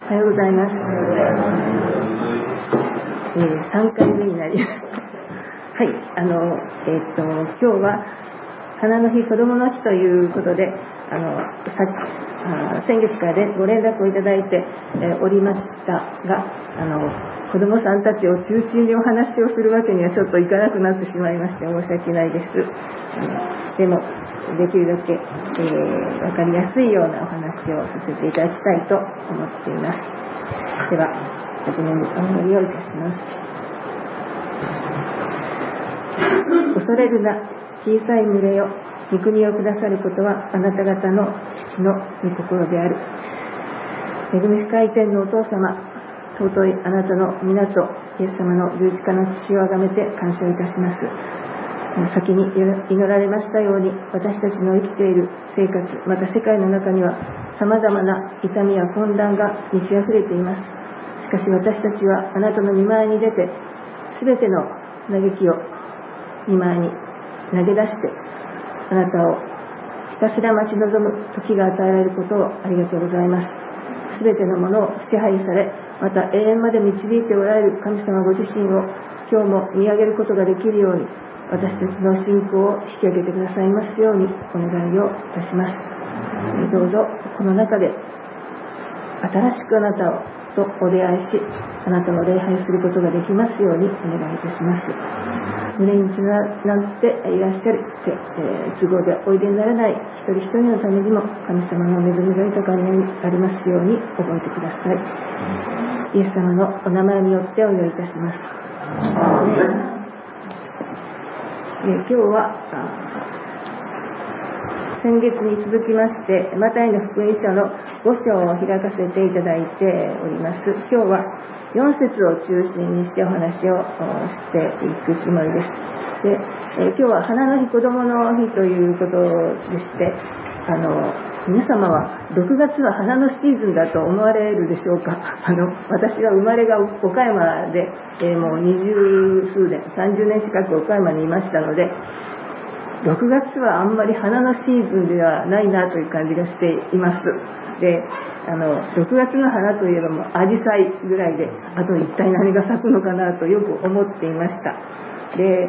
おはようございます。3回目になりました。はい、今日は花の日、子どもの日ということで、先月からご連絡をいただいて、おりましたが、子どもさんたちを中心にお話をするわけにはちょっといかなくなってしまいまして申し訳ないです。でもできるだけ、分かりやすいようなお話をさせていただきたいと思っています。では初めにお祈りをいたします。恐れるな、小さい群れよ、御国をくださることはあなた方の父の御心である。恵み深い天のお父様、尊いあなたの皆とイエス様の十字架の血をあがめて感謝いたします。先に祈られましたように、私たちの生きている生活、また世界の中には様々な痛みや混乱が満ち溢れています。しかし私たちはあなたの御前に出て、すべての嘆きを御前に投げ出して、あなたをひたすら待ち望む時が与えられることをありがとうございます。すべてのものを支配され、また永遠まで導いておられる神様ご自身を今日も見上げることができるように、私たちの信仰を引き上げてくださいますようにお願いをいたします。どうぞこの中で新しくあなたとお出会いし、あなたを礼拝することができますようにお願いいたします。胸につなっていらっしゃる都合でおいでにならない一人一人のためにも神様の恵みが豊かにありますように覚えてください。イエス様のお名前によってお祈りいたします。今日は先月に続きましてマタイの福音書の5章を開かせていただいております。今日は4節を中心にしてお話をしていくつもりです。で、今日は花の日、子どもの日ということでして、皆様は6月は花のシーズンだと思われるでしょうか。私は生まれが岡山で、もう20数年30年近く岡山にいましたので、6月はあんまり花のシーズンではないなという感じがしています。で、6月の花といえばもうアジサイぐらいで、あと一体何が咲くのかなとよく思っていました。で、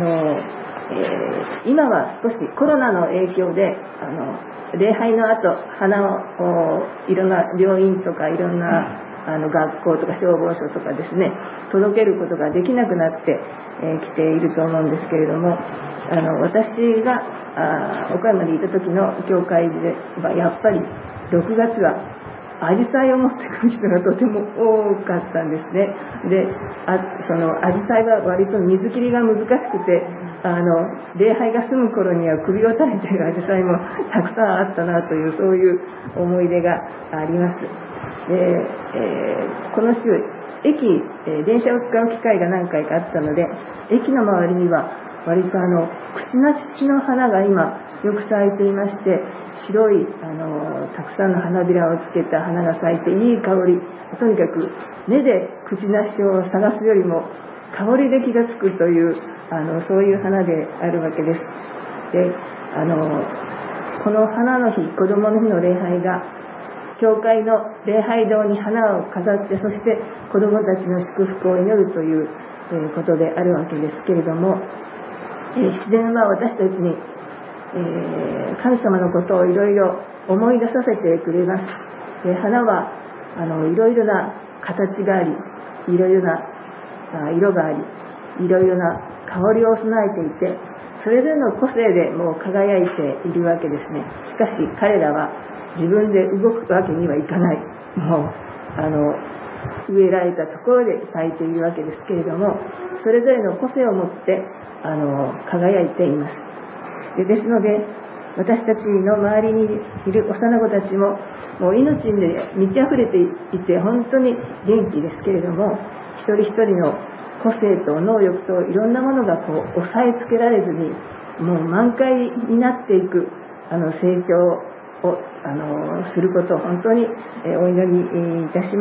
今は少しコロナの影響で礼拝の後花をいろんな病院とかいろんな学校とか消防署とかですね、届けることができなくなってきていると思うんですけれども、私が岡山にいた時の教会ではやっぱり6月はアジサイを持ってくる人がとても多かったんですね。で、そのアジサイは割と水切りが難しくて、礼拝が済む頃には首を垂れているアジサイもたくさんあったなという、そういう思い出があります。で、この週電車を使う機会が何回かあったので、駅の周りには割とクチナシの花が今よく咲いていまして、白いたくさんの花びらをつけた花が咲いていい香り、とにかく目でクチナシを探すよりも香りで気がつくというそういう花であるわけです。で、この花の日、子どもの日の礼拝が教会の礼拝堂に花を飾って、そして子どもたちの祝福を祈るということであるわけですけれども、自然は私たちに神様のことをいろいろ思い出させてくれます。花はいろいろな形があり、いろいろな色があり、いろいろな香りを備えていて、それぞれの個性でもう輝いているわけですね。しかし彼らは自分で動くわけにはいかない。もう植えられたところで咲いているわけですけれども、それぞれの個性を持って輝いています。ですので私たちの周りにいる幼子たちももう命で満ち溢れていて本当に元気ですけれども、一人一人の個性と能力といろんなものがこう抑えつけられずに、もう満開になっていく成長をすることを本当にお祈りいたします。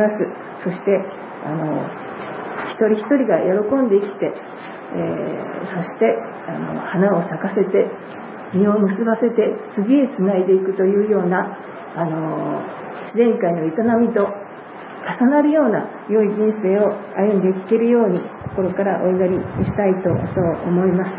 そして一人一人が喜んで生きて、そして花を咲かせて実を結ばせて次へつないでいくというような自然界の営みと重なるような良い人生を歩んでいけるように心からお祈りしたいとそう思います。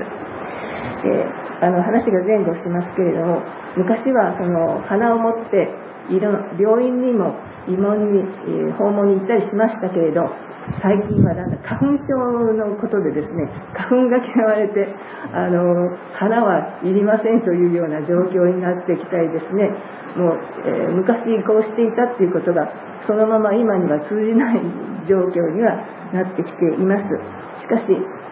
話が前後しますけれども、昔はその花を持って病院にも訪問に行ったりしましたけれど、最近は花粉症のことでですね、花粉が嫌われて花はいりませんというような状況になってきたりですね、もう、昔こうしていたっていうことがそのまま今には通じない状況にはなってきています。しかし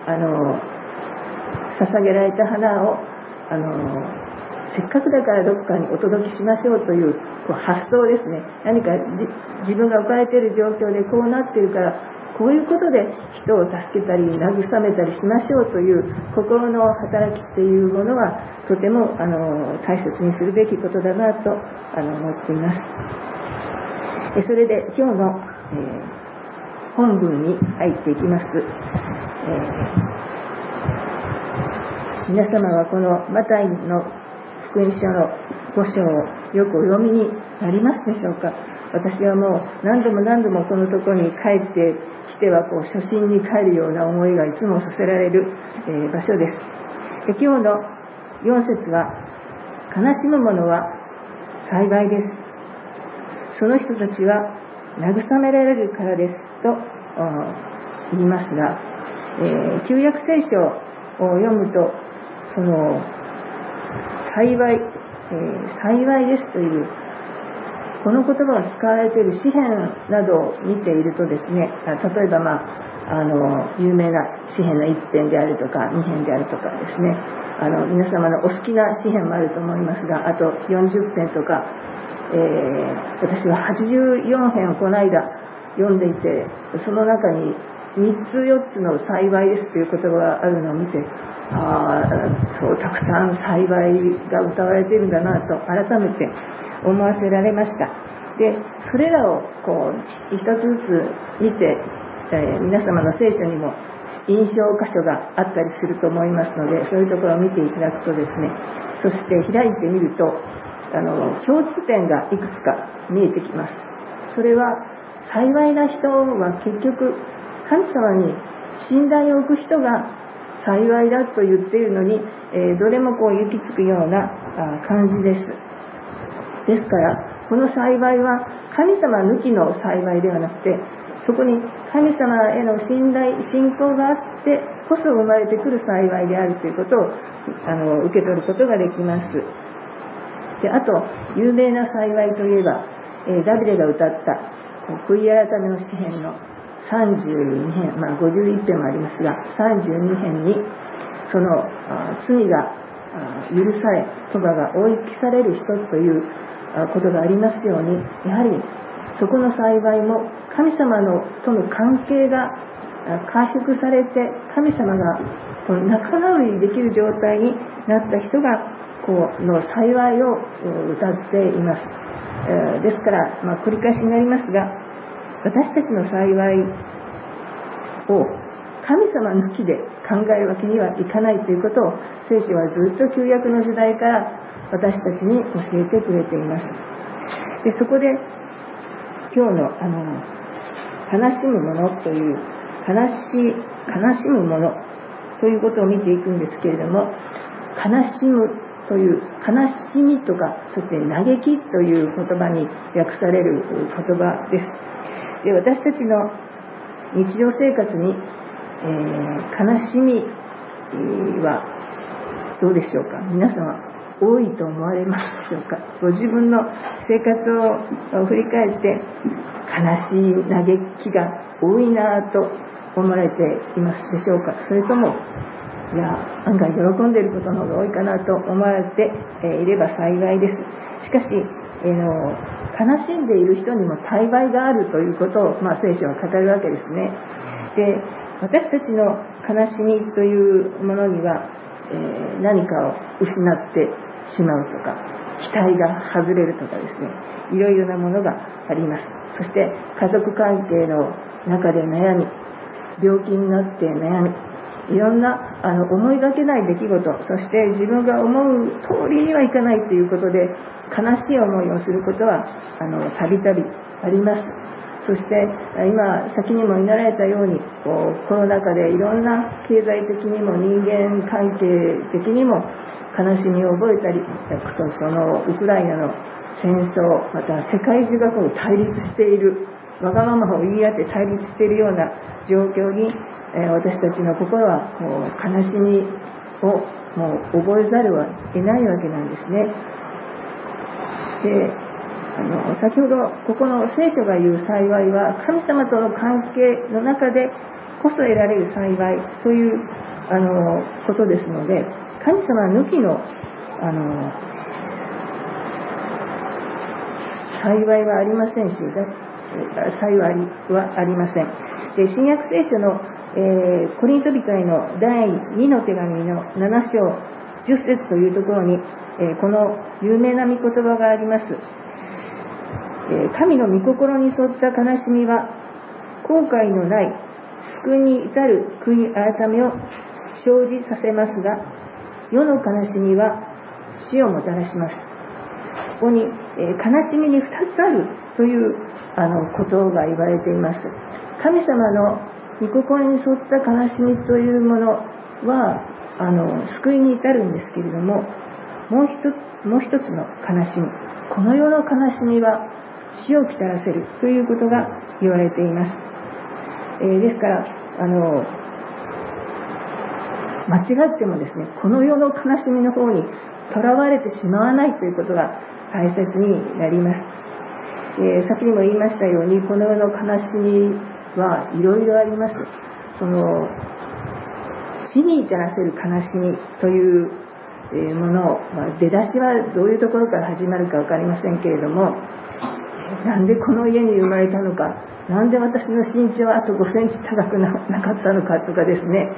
捧げられた花をせっかくだからどこかにお届けしましょうという発想ですね。何か自分が置かれている状況でこうなっているから、こういうことで人を助けたり慰めたりしましょうという心の働きっていうものはとても大切にするべきことだなと思っています。それで今日の、本文に入っていきます。皆様はこのマタイの福音書の5章をよくお読みになりますでしょうか。私はもう何度もこのところに帰ってきては初心に帰るような思いがいつもさせられる、場所です。で、今日の4節は、悲しむ者は幸いです。その人たちは慰められるからですと言いますが、旧約聖書を読むと、その幸いですというこの言葉が使われている詩篇などを見ているとですね、例えば有名な詩篇の1編であるとか2編であるとかですね、皆様のお好きな詩篇もあると思いますが、あと40編とか、私は84編をこの間読んでいて、その中に3つ4つの幸いですという言葉があるのを見て、そうたくさん幸いが歌われているんだなと改めて思わせられました。で、それらを一つずつ見て、皆様の聖書にも印象箇所があったりすると思いますので、そういうところを見ていただくとですね、そして開いてみると共通点がいくつか見えてきます。それは幸いな人は結局神様に信頼を置く人が幸いだと言っているのに、どれも行き着くような感じです。ですからこの幸いは神様抜きの幸いではなくて、そこに神様への信仰があってこそ生まれてくる幸いであるということを受け取ることができます。で、あと有名な幸いといえば、ダビデが歌った悔い改めの詩篇の32編、51編もありますが、32編にその罪が許され、咎が覆い消される人ということがありますように、やはりそこの幸いも神様との関係が回復されて、神様が仲直りできる状態になった人がの幸いを歌っています。ですから、繰り返しになりますが、私たちの幸いを神様抜きで考えるわけにはいかないということを聖書はずっと旧約の時代から私たちに教えてくれています。で、そこで今日の悲しむものという悲しむものということを見ていくんですけれども、悲しむという悲しみとか、そして嘆きという言葉に訳される言葉です。で、私たちの日常生活に、悲しみはどうでしょうか。皆様多いと思われますでしょうか。ご自分の生活を振り返って悲しい嘆きが多いなと思われていますでしょうか。それとも案外喜んでいることの方が多いかなと思われていれば幸いです。しかし、悲しんでいる人にも幸いがあるということを、聖書は語るわけですね。で、私たちの悲しみというものには、何かを失ってしまうとか、期待が外れるとかですね、いろいろなものがあります。そして家族関係の中で悩み、病気になって悩み、いろんな思いがけない出来事、そして自分が思う通りにはいかないということで悲しい思いをすることはたびたびあります。 そして今先にも祈られたようにコロナ禍でいろんな経済的にも人間関係的にも悲しみを覚えたり、そのウクライナの戦争、また世界中が対立している、わがままを言い合って対立しているような状況に、私たちの心は悲しみをもう覚えざるを得ないわけなんですね。で、先ほどここの聖書が言う幸いは神様との関係の中でこそ得られる幸いということですので、神様抜きの幸いはありませんし、幸いはありません。で、新約聖書の、コリント人への第2の手紙の7章10節というところに、この有名な御言葉があります。神の御心に沿った悲しみは後悔のない救いに至る悔い改めを生じさせますが、世の悲しみは死をもたらします。ここに、悲しみに2つあるということが言われています。神様の御心に沿った悲しみというものは救いに至るんですけれども、もう一つの悲しみ、この世の悲しみは死をきたらせるということが言われています。ですから間違ってもですね、この世の悲しみの方にとらわれてしまわないということが大切になります。先にも言いましたように、この世の悲しみはいろいろあります。死に至らせる悲しみというものを、出だしはどういうところから始まるか分かりませんけれども、なんでこの家に生まれたのか、なんで私の身長はあと5センチ高くなかったのかとかですね、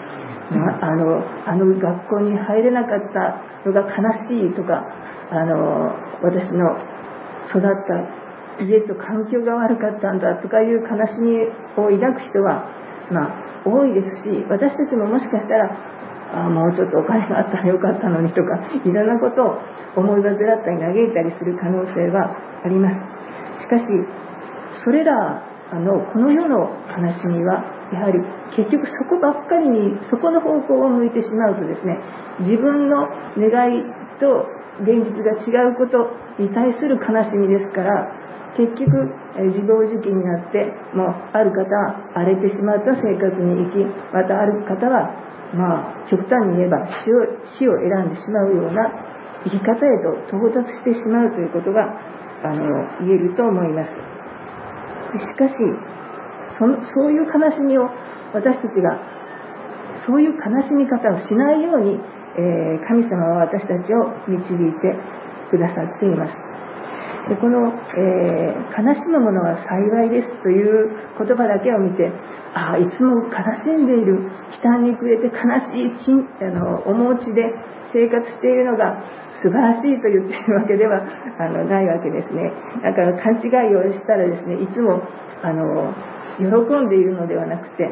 学校に入れなかったのが悲しいとか、私の育った家と環境が悪かったんだとかいう悲しみを抱く人は、多いですし、私たちももしかしたらもうちょっとお金があったらよかったのにとか、いろんなことを思い煩ったり嘆いたりする可能性はあります。しかしそれらのこの世の悲しみはやはり結局そこばっかりに、そこの方向を向いてしまうとですね、自分の願いと現実が違うことに対する悲しみですから、結局自暴自棄になって、もうある方は荒れてしまった生活に生き、またある方は極端に言えば死を選んでしまうような生き方へと到達してしまうということが言えると思います。しかしそういう悲しみを私たちがそういう悲しみ方をしないように、神様は私たちを導いてくださっています。でこの、悲しむものは幸いですという言葉だけを見て、いつも悲しんでいる、悲嘆に暮れて悲しい面持ちで生活しているのが素晴らしいと言っているわけではないわけですね。だから勘違いをしたらですね、いつも喜んでいるのではなくて、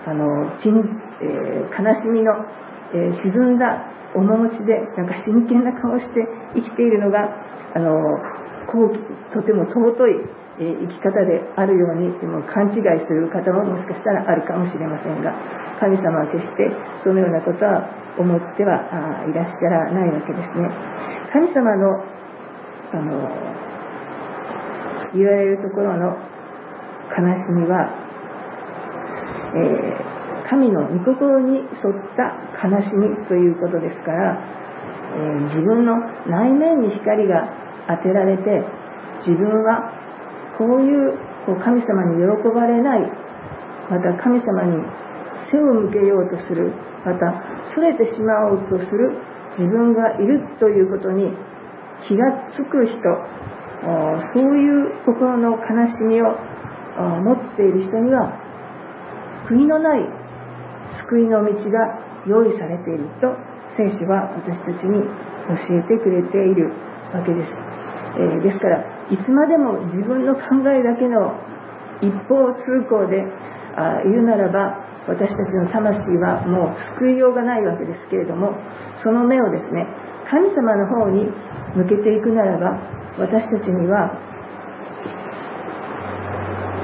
悲しみの、沈んだ面持ちで真剣な顔をして生きているのがとても尊い生き方であるように勘違いする方ももしかしたらあるかもしれませんが、神様は決してそのようなことは思ってはいらっしゃらないわけですね。神様の言われるところの悲しみは、神の御心に沿った悲しみということですから、自分の内面に光が当てられて、自分はこういう神様に喜ばれない、また神様に背を向けようとする、またそれてしまおうとする自分がいるということに気がつく人、そういう心の悲しみを持っている人には悔いのない救いの道が用意されていると聖書は私たちに教えてくれているわけです。ですからいつまでも自分の考えだけの一方通行で言うならば、私たちの魂はもう救いようがないわけですけれども、その目をですね、神様の方に向けていくならば、私たちには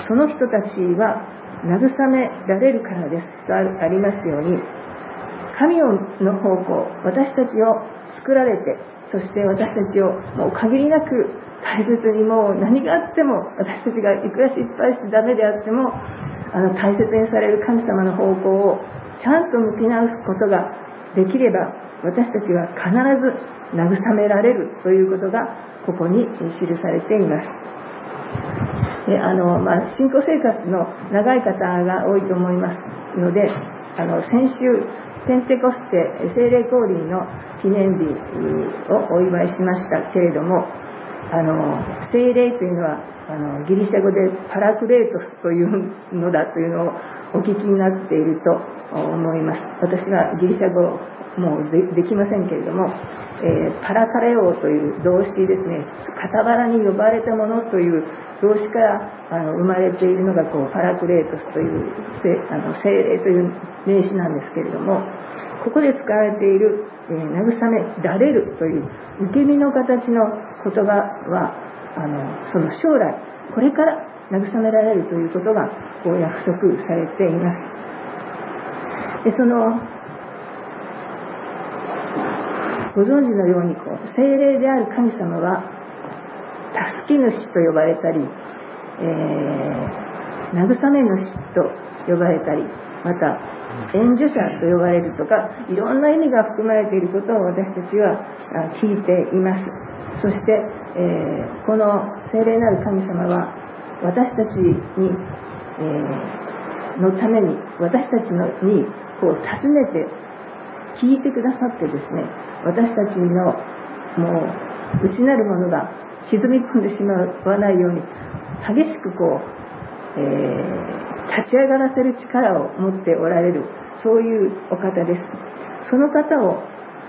その人たちは慰められるからですとありますように、神の方向、私たちを作られて、そして私たちをもう限りなく大切に、もう何があっても、私たちがいくら失敗してダメであっても大切にされる神様の方向をちゃんと向き直すことができれば、私たちは必ず慰められるということがここに記されています。で信仰生活の長い方が多いと思いますので、先週ペンテコステ聖霊降臨の記念日をお祝いしましたけれども、聖霊というのはギリシャ語でパラクレートスというのだというのをお聞きになっていると思います。私はギリシャ語もう できませんけれども、パラカレオという動詞ですね、傍らに呼ばれたものという動詞から生まれているのがパラクレートスという聖霊という名詞なんですけれども、ここで使われている、慰められるという受け身の形の言葉はその将来これから慰められるということが約束されています。でご存知のように聖霊である神様は助け主と呼ばれたり、慰め主と呼ばれたり、また援助者と呼ばれるとか、いろんな意味が含まれていることを私たちは聞いています。そして、この聖霊なる神様は私たちに、のために、私たちに尋ねて聞いてくださってですね、私たちのもう内なるものが沈み込んでしまわないように激しく立ち上がらせる力を持っておられる、そういうお方です。その方を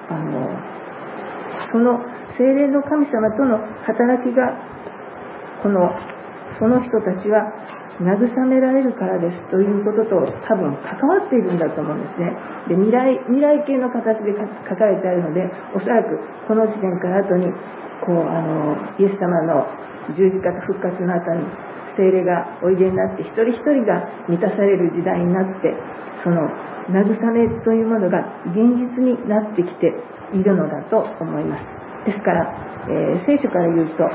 その聖霊の神様との働きがその人たちは慰められるからですということと多分関わっているんだと思うんですね。で、未来形の形で書かれてあるので、おそらくこの時点から後にイエス様の十字架と復活の後に聖霊がおいでになって一人一人が満たされる時代になって、その慰めというものが現実になってきているのだと思います。ですから、聖書から言うと、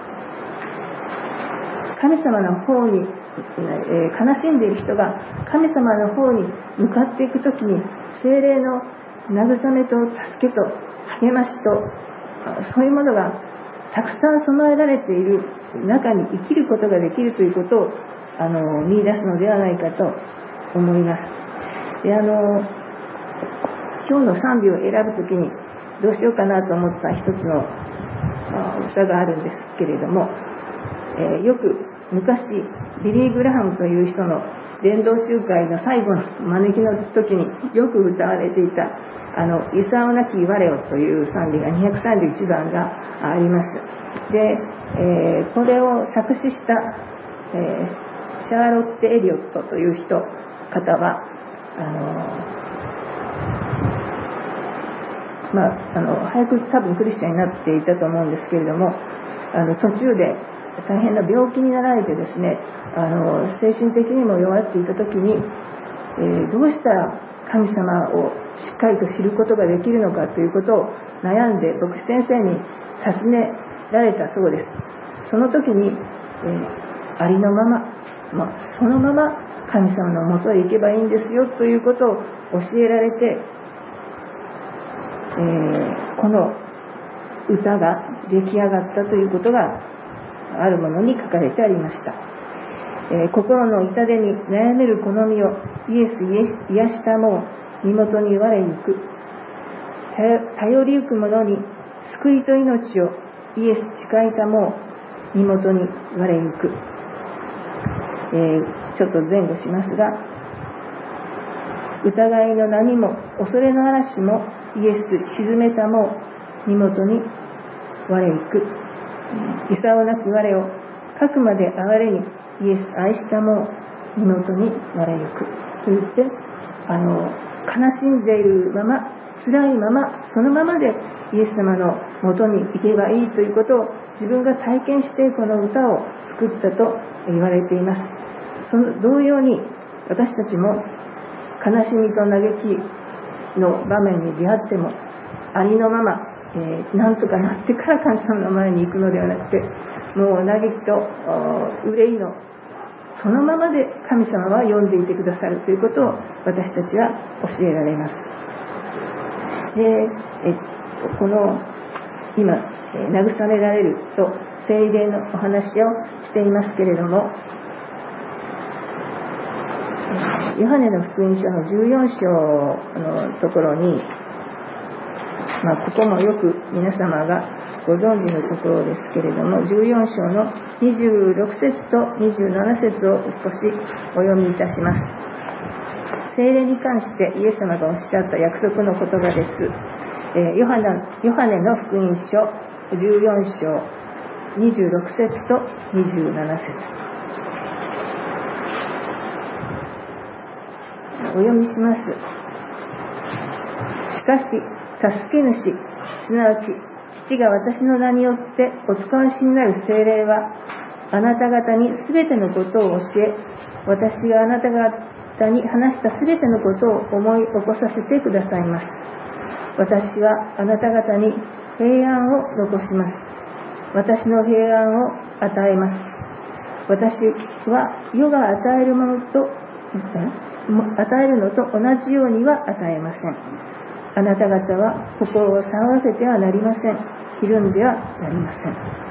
神様の方に、悲しんでいる人が神様の方に向かっていくときに、聖霊の慰めと助けと励ましと、そういうものがたくさん備えられている中に生きることができるということを見出すのではないかと思います。で、今日の賛美を選ぶときにどうしようかなと思った一つの歌があるんですけれども、よく昔ビリー・グラハムという人の伝道集会の最後の招きの時によく歌われていたいさおなき我をという賛美が231番があります。で、これを作詞した、シャーロッテ・エリオットという方は早く多分クリスチャンになっていたと思うんですけれども、途中で大変な病気になられてですね、精神的にも弱っていた時に、どうしたら神様をしっかりと知ることができるのかということを悩んで牧師先生に尋ねられたそうです。その時に、ありのまま、そのまま神様のもとへ行けばいいんですよということを教えられて、この歌が出来上がったということがあるものに書かれてありました。心の痛手に悩める好みをイエス癒したもう身元に我ゆく、頼りゆく者に救いと命をイエス誓いたもう身元に我ゆく。ちょっと前後しますが、疑いの波も恐れの嵐もイエス沈めたも身元に我ゆく。いさおなき我をかくまで哀れにイエス愛したも身元に我ゆくと言って、悲しんでいるまま、辛いまま、そのままでイエス様の元に行けばいいということを自分が体験してこの歌を作ったと言われています。その同様に私たちも悲しみと嘆きの場面に出会ってもありのまま、なんとかなってから神様の前に行くのではなくて、もう嘆きと憂いのそのままで神様は読んでいてくださるということを私たちは教えられます。で、この今慰められると聖霊のお話をしていますけれども、ヨハネの福音書の14章のところに、ここもよく皆様がご存知のところですけれども、14章の26節と27節を少しお読みいたします。聖霊に関してイエス様がおっしゃった約束の言葉です。ヨハネの福音書14章26節と27節お読みします。しかし助け主、すなわち父が私の名によってお使わしになる聖霊は、あなた方にすべてのことを教え、私があなた方に話したすべてのことを思い起こさせてくださいます。私はあなた方に平安を残します。私の平安を与えます。私は世が与えるのと同じようには与えません。あなた方は心を騒がせてはなりません。ひるんではなりませ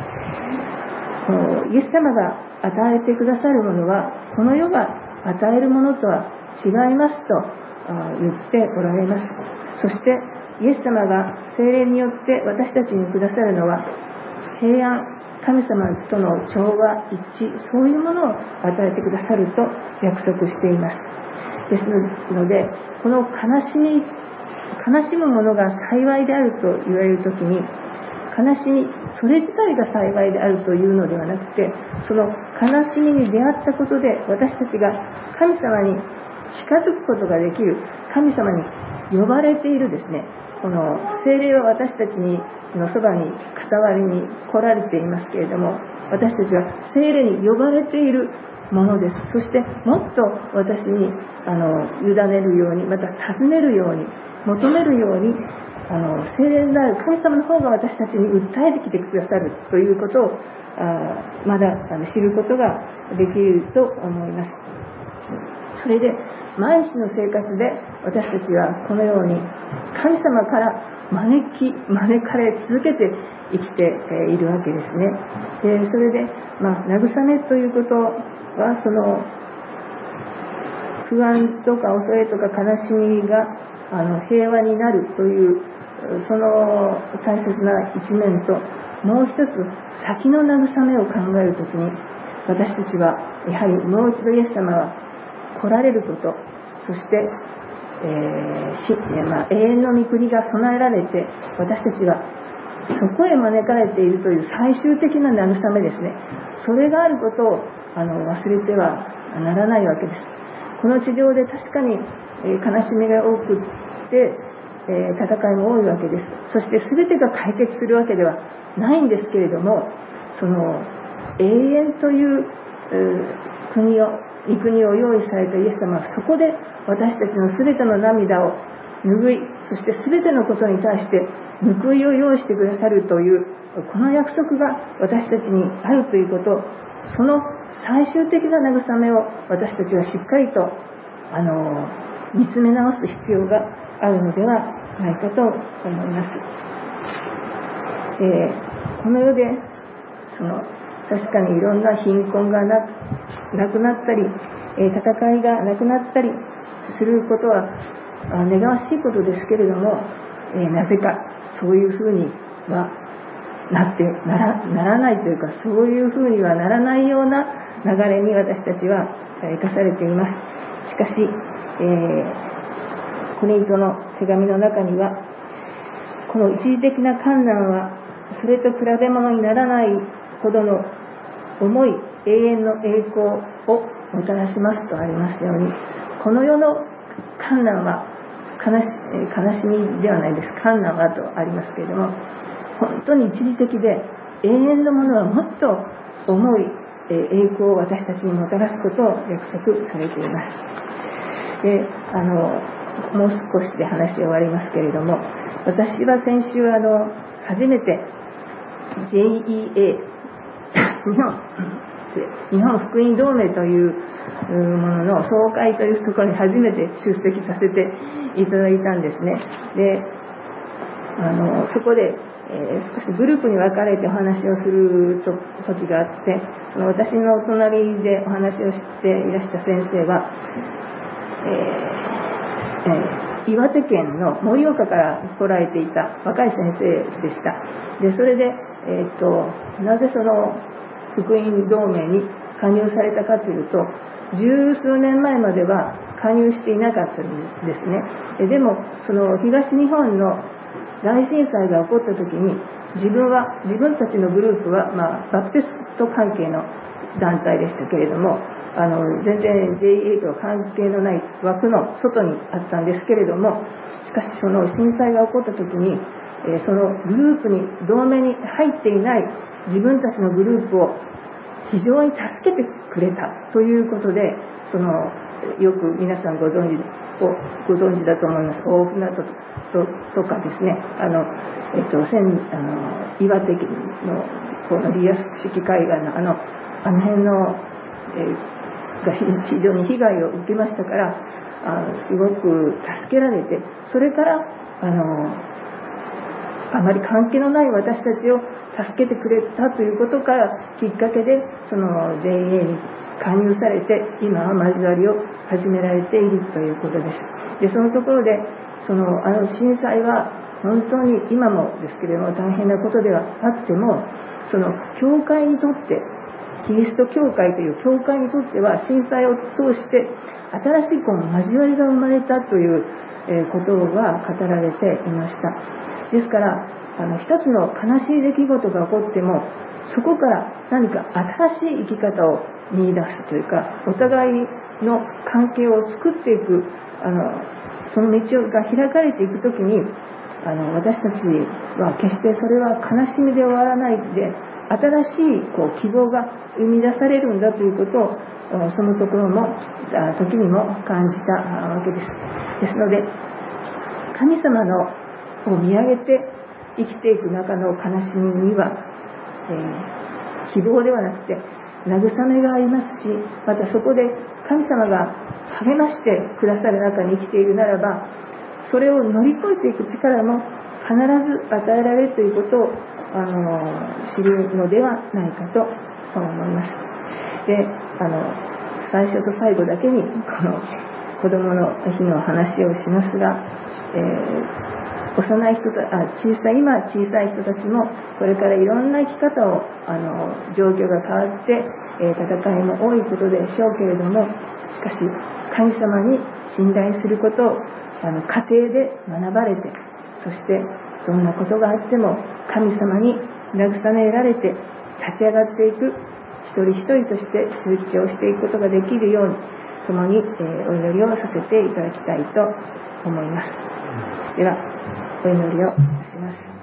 ん。イエス様が与えてくださるものは、この世が与えるものとは違いますと言っておられます。そしてイエス様が聖霊によって私たちにくださるのは、平安、神様との調和、一致、そういうものを与えてくださると約束しています。ですので、この悲しむものが幸いであると言われるときに、悲しみ、それ自体が幸いであるというのではなくて、その悲しみに出会ったことで私たちが神様に近づくことができる、神様に呼ばれているですね、この聖霊は私たちのそばに傍わりに来られていますけれども、私たちは聖霊に呼ばれているものです。そしてもっと私に委ねるように、また尋ねるように、求めるように、聖霊なる神様の方が私たちに訴えてきてくださるということをまだ知ることができると思います。それで毎日の生活で私たちはこのように神様から招かれ続けて生きているわけですね。でそれで、慰めということは、その不安とか恐れとか悲しみが平和になるというその大切な一面と、もう一つ先の慰めを考えるときに、私たちはやはりもう一度イエス様は来られること、そして、永遠の御国が備えられて、私たちはそこへ招かれているという最終的な慰めですね。それがあることを忘れてはならないわけです。この地上で確かに悲しみが多くて、戦いも多いわけです。そして全てが解決するわけではないんですけれども、その永遠という御国を用意されたイエス様は、そこで私たちの全ての涙を拭い、そして全てのことに対して報いを用意してくださるというこの約束が私たちにあるということ、その最終的な慰めを私たちはしっかりと見つめ直す必要があるのではないかと思います。この世で確かにいろんな貧困がなくなったり、戦いがなくなったりすることは願わしいことですけれども、なぜかそういうふうにはならないというか、そういうふうにはならないような流れに私たちは生かされています。しかし、コリントの手紙の中には、この一時的な困難はそれと比べ物にならないほどの重い永遠の栄光をもたらしますとありますように、この世の困難は悲しみではないです。困難はとありますけれども、本当に一時的で永遠のものはもっと重い栄光を私たちにもたらすことを約束されています。で、もう少しで話終わりますけれども、私は先週初めて JEA 日本福音同盟というものの総会というところに初めて出席させていただいたんですね。で、そこで、少しグループに分かれてお話をする時があって、その私の隣でお話をしていらした先生は、岩手県の盛岡から来られていた若い先生でした。で、それで、なぜその福音同盟に加入されたかというと、十数年前までは加入していなかったんですね。でもその東日本の大震災が起こった時に、自分たちのグループは、バプテスト関係の団体でしたけれども、全然 JA とは関係のない枠の外にあったんですけれども、しかしその震災が起こった時に、そのグループに同盟に入っていない自分たちのグループを非常に助けてくれたということで、よく皆さんご存知だと思います。大船渡とかですね、岩手県のこのリアス式海岸のあの辺の、が非常に被害を受けましたから、すごく助けられて、それからあまり関係のない私たちを助けてくれたということからきっかけで、その JA に加入されて、今は交わりを始められているということです。で、そのところで震災は本当に今もですけれども大変なことではあっても、その教会にとって、キリスト教会という教会にとっては、震災を通して新しい交わりが生まれたということが語られていました。ですから一つの悲しい出来事が起こっても、そこから何か新しい生き方を見出すというか、お互いの関係を作っていくその道が開かれていくときに、私たちは決してそれは悲しみで終わらないで、新しい希望が生み出されるんだということを、そのところも時にも感じたわけです。ですので、神様を見上げて生きていく中の悲しみには、希望ではなくて慰めがありますし、またそこで神様が励ましてくださる中に生きているならば、それを乗り越えていく力も必ず与えられるということを知るのではないかとそう思います。で、最初と最後だけにこの子供の日の話をしますが、幼い人今小さい人たちもこれからいろんな生き方を状況が変わって戦いも多いことでしょうけれども、しかし神様に信頼することを家庭で学ばれて、そしてどんなことがあっても神様に慰められて立ち上がっていく一人一人として成長していくことができるように共にお祈りをさせていただきたいと思います。ではお祈りをします。